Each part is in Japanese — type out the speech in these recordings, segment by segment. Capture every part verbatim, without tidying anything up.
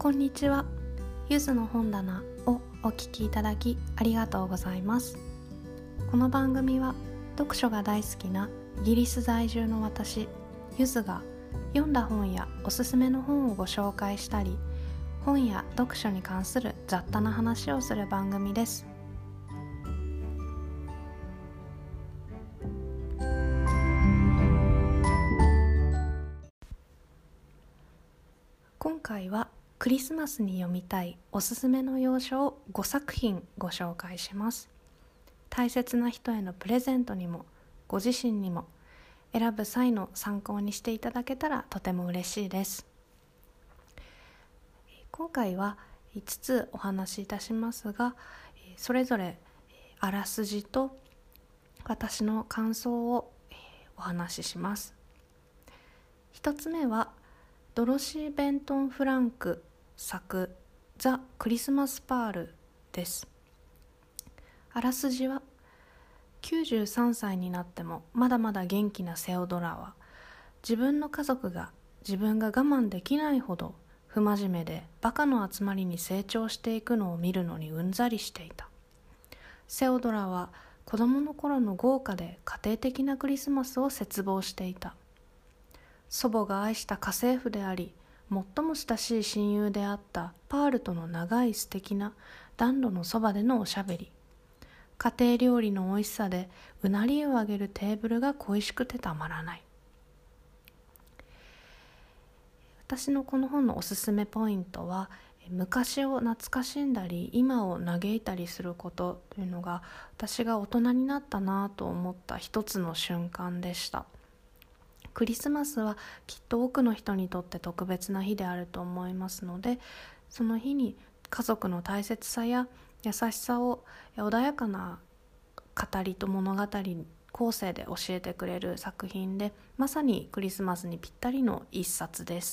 こんにちは。ゆずの本棚をお聞きいただきありがとうございます。この番組は読書が大好きなイギリス在住の私ゆずが読んだ本やおすすめの本をご紹介したり、本や読書に関する雑多な話をする番組です。今回はクリスマスに読みたいおすすめの洋書をごさく品ご紹介します。大切な人へのプレゼントにもご自身にも選ぶ際の参考にしていただけたらとても嬉しいです。今回はいつつお話しいたしますが、それぞれあらすじと私の感想をお話しします。一つ目はドロシー・ベントン・フランク作ザ・クリスマス・パールです。あらすじはきゅうじゅうさんさいになってもまだまだ元気なセオドラは、自分の家族が自分が我慢できないほど不真面目でバカの集まりに成長していくのを見るのにうんざりしていた。セオドラは子供の頃の豪華で家庭的なクリスマスを切望していた。祖母が愛した家政婦であり、最も親しい親友であったパールとの長い素敵な暖炉のそばでのおしゃべり、家庭料理の美味しさでうなりを上げるテーブルが恋しくてたまらない。私のこの本のおすすめポイントは、昔を懐かしんだり今を嘆いたりすることというのが、私が大人になったなと思った一つの瞬間でした。クリスマスはきっと多くの人にとって特別な日であると思いますので、その日に家族の大切さや優しさを穏やかな語りと物語構成で教えてくれる作品で、まさにクリスマスにぴったりの一冊です。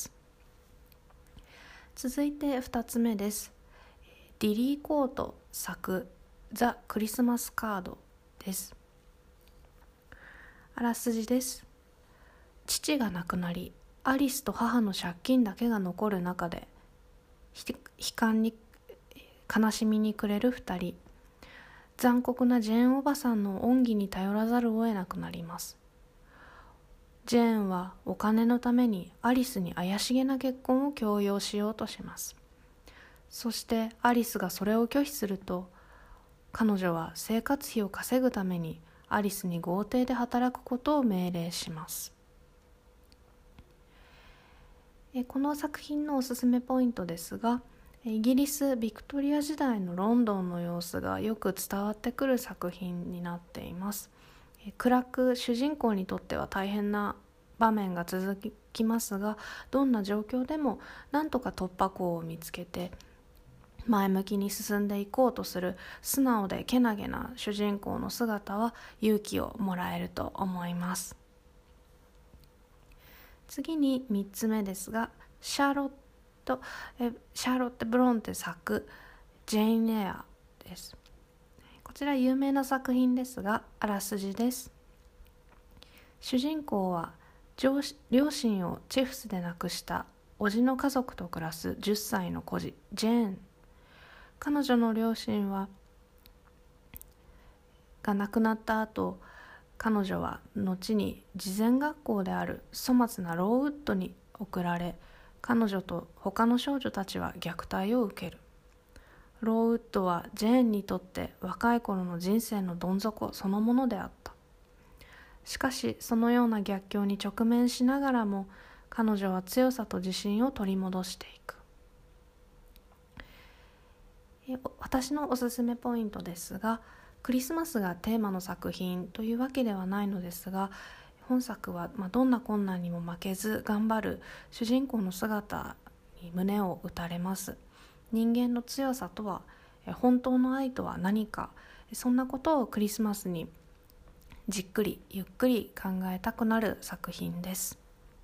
続いてふたつめです。ディリー・コート作ザ・クリスマスカードです。あらすじです。父が亡くなり、アリスと母の借金だけが残る中で、悲観に悲しみに暮れる二人。残酷なジェーンおばさんの恩義に頼らざるを得なくなります。ジェーンはお金のためにアリスに怪しげな結婚を強要しようとします。そしてアリスがそれを拒否すると、彼女は生活費を稼ぐためにアリスに豪邸で働くことを命令します。この作品のおすすめポイントですが、イギリス・ビクトリア時代のロンドンの様子がよく伝わってくる作品になっています。暗く主人公にとっては大変な場面が続きますが、どんな状況でもなんとか突破口を見つけて前向きに進んでいこうとする素直でけなげな主人公の姿は勇気をもらえると思います。次にみっつめですが、シャーロットえシャーロット・ブロンテ作ジェーン・エアです。こちら有名な作品ですが、あらすじです。主人公は両親をチェフスで亡くした叔父の家族と暮らすじゅっさいの孤児ジェーン。彼女の両親はが亡くなった後、彼女は後に慈善学校である粗末なローウッドに送られ、彼女と他の少女たちは虐待を受ける。ローウッドはジェーンにとって若い頃の人生のどん底そのものであった。しかしそのような逆境に直面しながらも、彼女は強さと自信を取り戻していく。私のおすすめポイントですが、クリスマスがテーマの作品というわけではないのですが、本作はどんな困難にも負けず頑張る主人公の姿に胸を打たれます。人間の強さとは、本当の愛とは何か、そんなことをクリスマスにじっくりゆっくり考えたくなる作品です。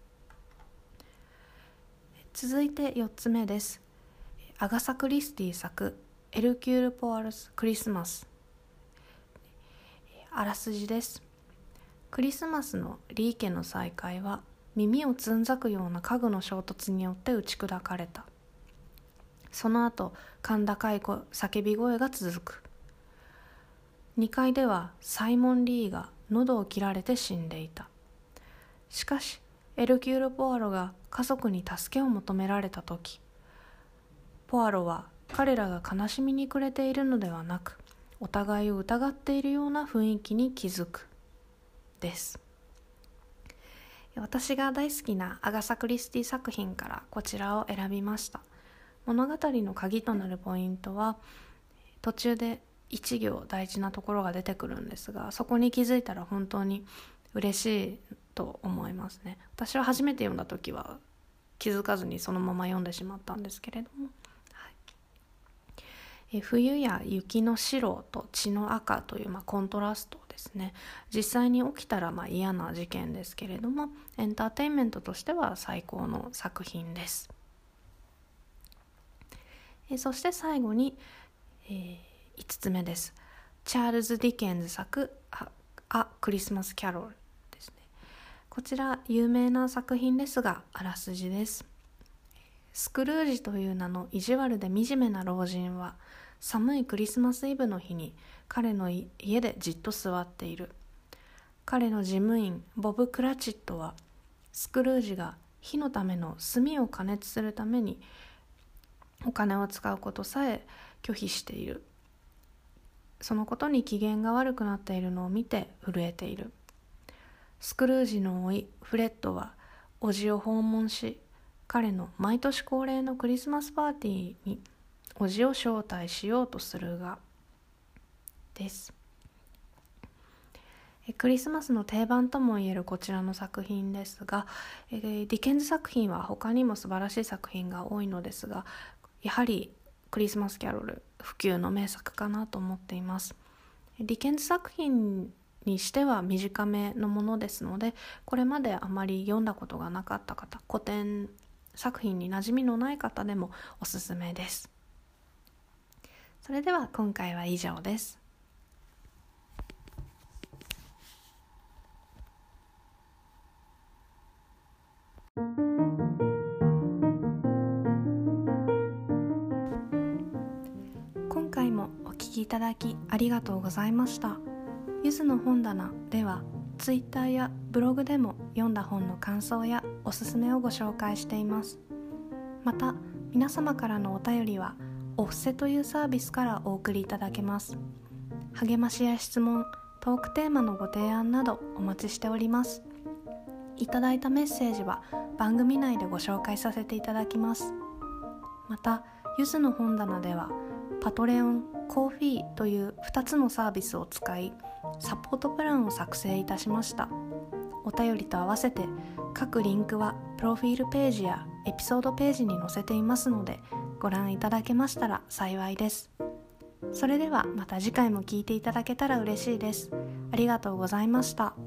続いてよっつめです。アガサ・クリスティ作エルキュール・ポアルス・クリスマス。あらすじです。クリスマスのリー家の再会は耳をつんざくような家具の衝突によって打ち砕かれた。 その後甲高い叫び声が続く。にかいではサイモン・リーが喉を切られて死んでいた。しかしエルキュール・ポアロが家族に助けを求められた時、ポアロは彼らが悲しみに暮れているのではなく、お互いを疑っているような雰囲気に気づくです。私が大好きなアガサ・クリスティ作品からこちらを選びました。物語の鍵となるポイントは、途中で一行大事なところが出てくるんですが、そこに気づいたら本当に嬉しいと思いますね。私は初めて読んだ時は気づかずにそのまま読んでしまったんですけれども、はい、え冬や雪の白と血の赤という、まあ、コントラストですね。実際に起きたらまあ嫌な事件ですけれども、エンターテインメントとしては最高の作品です。えそして最後に、えー、いつつめです。チャールズ・ディケンズ作ああクリスマス・キャロルですね。こちら有名な作品ですが、あらすじです。スクルージという名の意地悪で惨めな老人は、寒いクリスマスイブの日に彼の家でじっと座っている。彼の事務員ボブ・クラチットは、スクルージが火のための炭を加熱するためにお金を使うことさえ拒否している。そのことに機嫌が悪くなっているのを見て震えている。スクルージの甥フレッドは叔父を訪問し、彼の毎年恒例のクリスマスパーティーに叔父を招待しようとするがです。クリスマスの定番ともいえるこちらの作品ですが、ディケンズ作品は他にも素晴らしい作品が多いのですが、やはりクリスマスキャロル不朽の名作かなと思っています。ディケンズ作品にしては短めのものですので、これまであまり読んだことがなかった方、古典作品に馴染みのない方でもおすすめです。それでは今回は以上です。今回もお聞きいただきありがとうございました。ゆずの本棚ではツイッターやブログでも読んだ本の感想やおすすめをご紹介しています。また皆様からのお便りはお布施というサービスからお送りいただけます。励ましや質問、トークテーマのご提案などお待ちしております。いただいたメッセージは番組内でご紹介させていただきます。またゆずの本棚ではパトレオン、コーヒーというふたつのサービスを使い、サポートプランを作成いたしました。お便りと合わせて各リンクはプロフィールページやエピソードページに載せていますので、ご覧いただけましたら幸いです。それではまた次回も聞いていただけたら嬉しいです。ありがとうございました。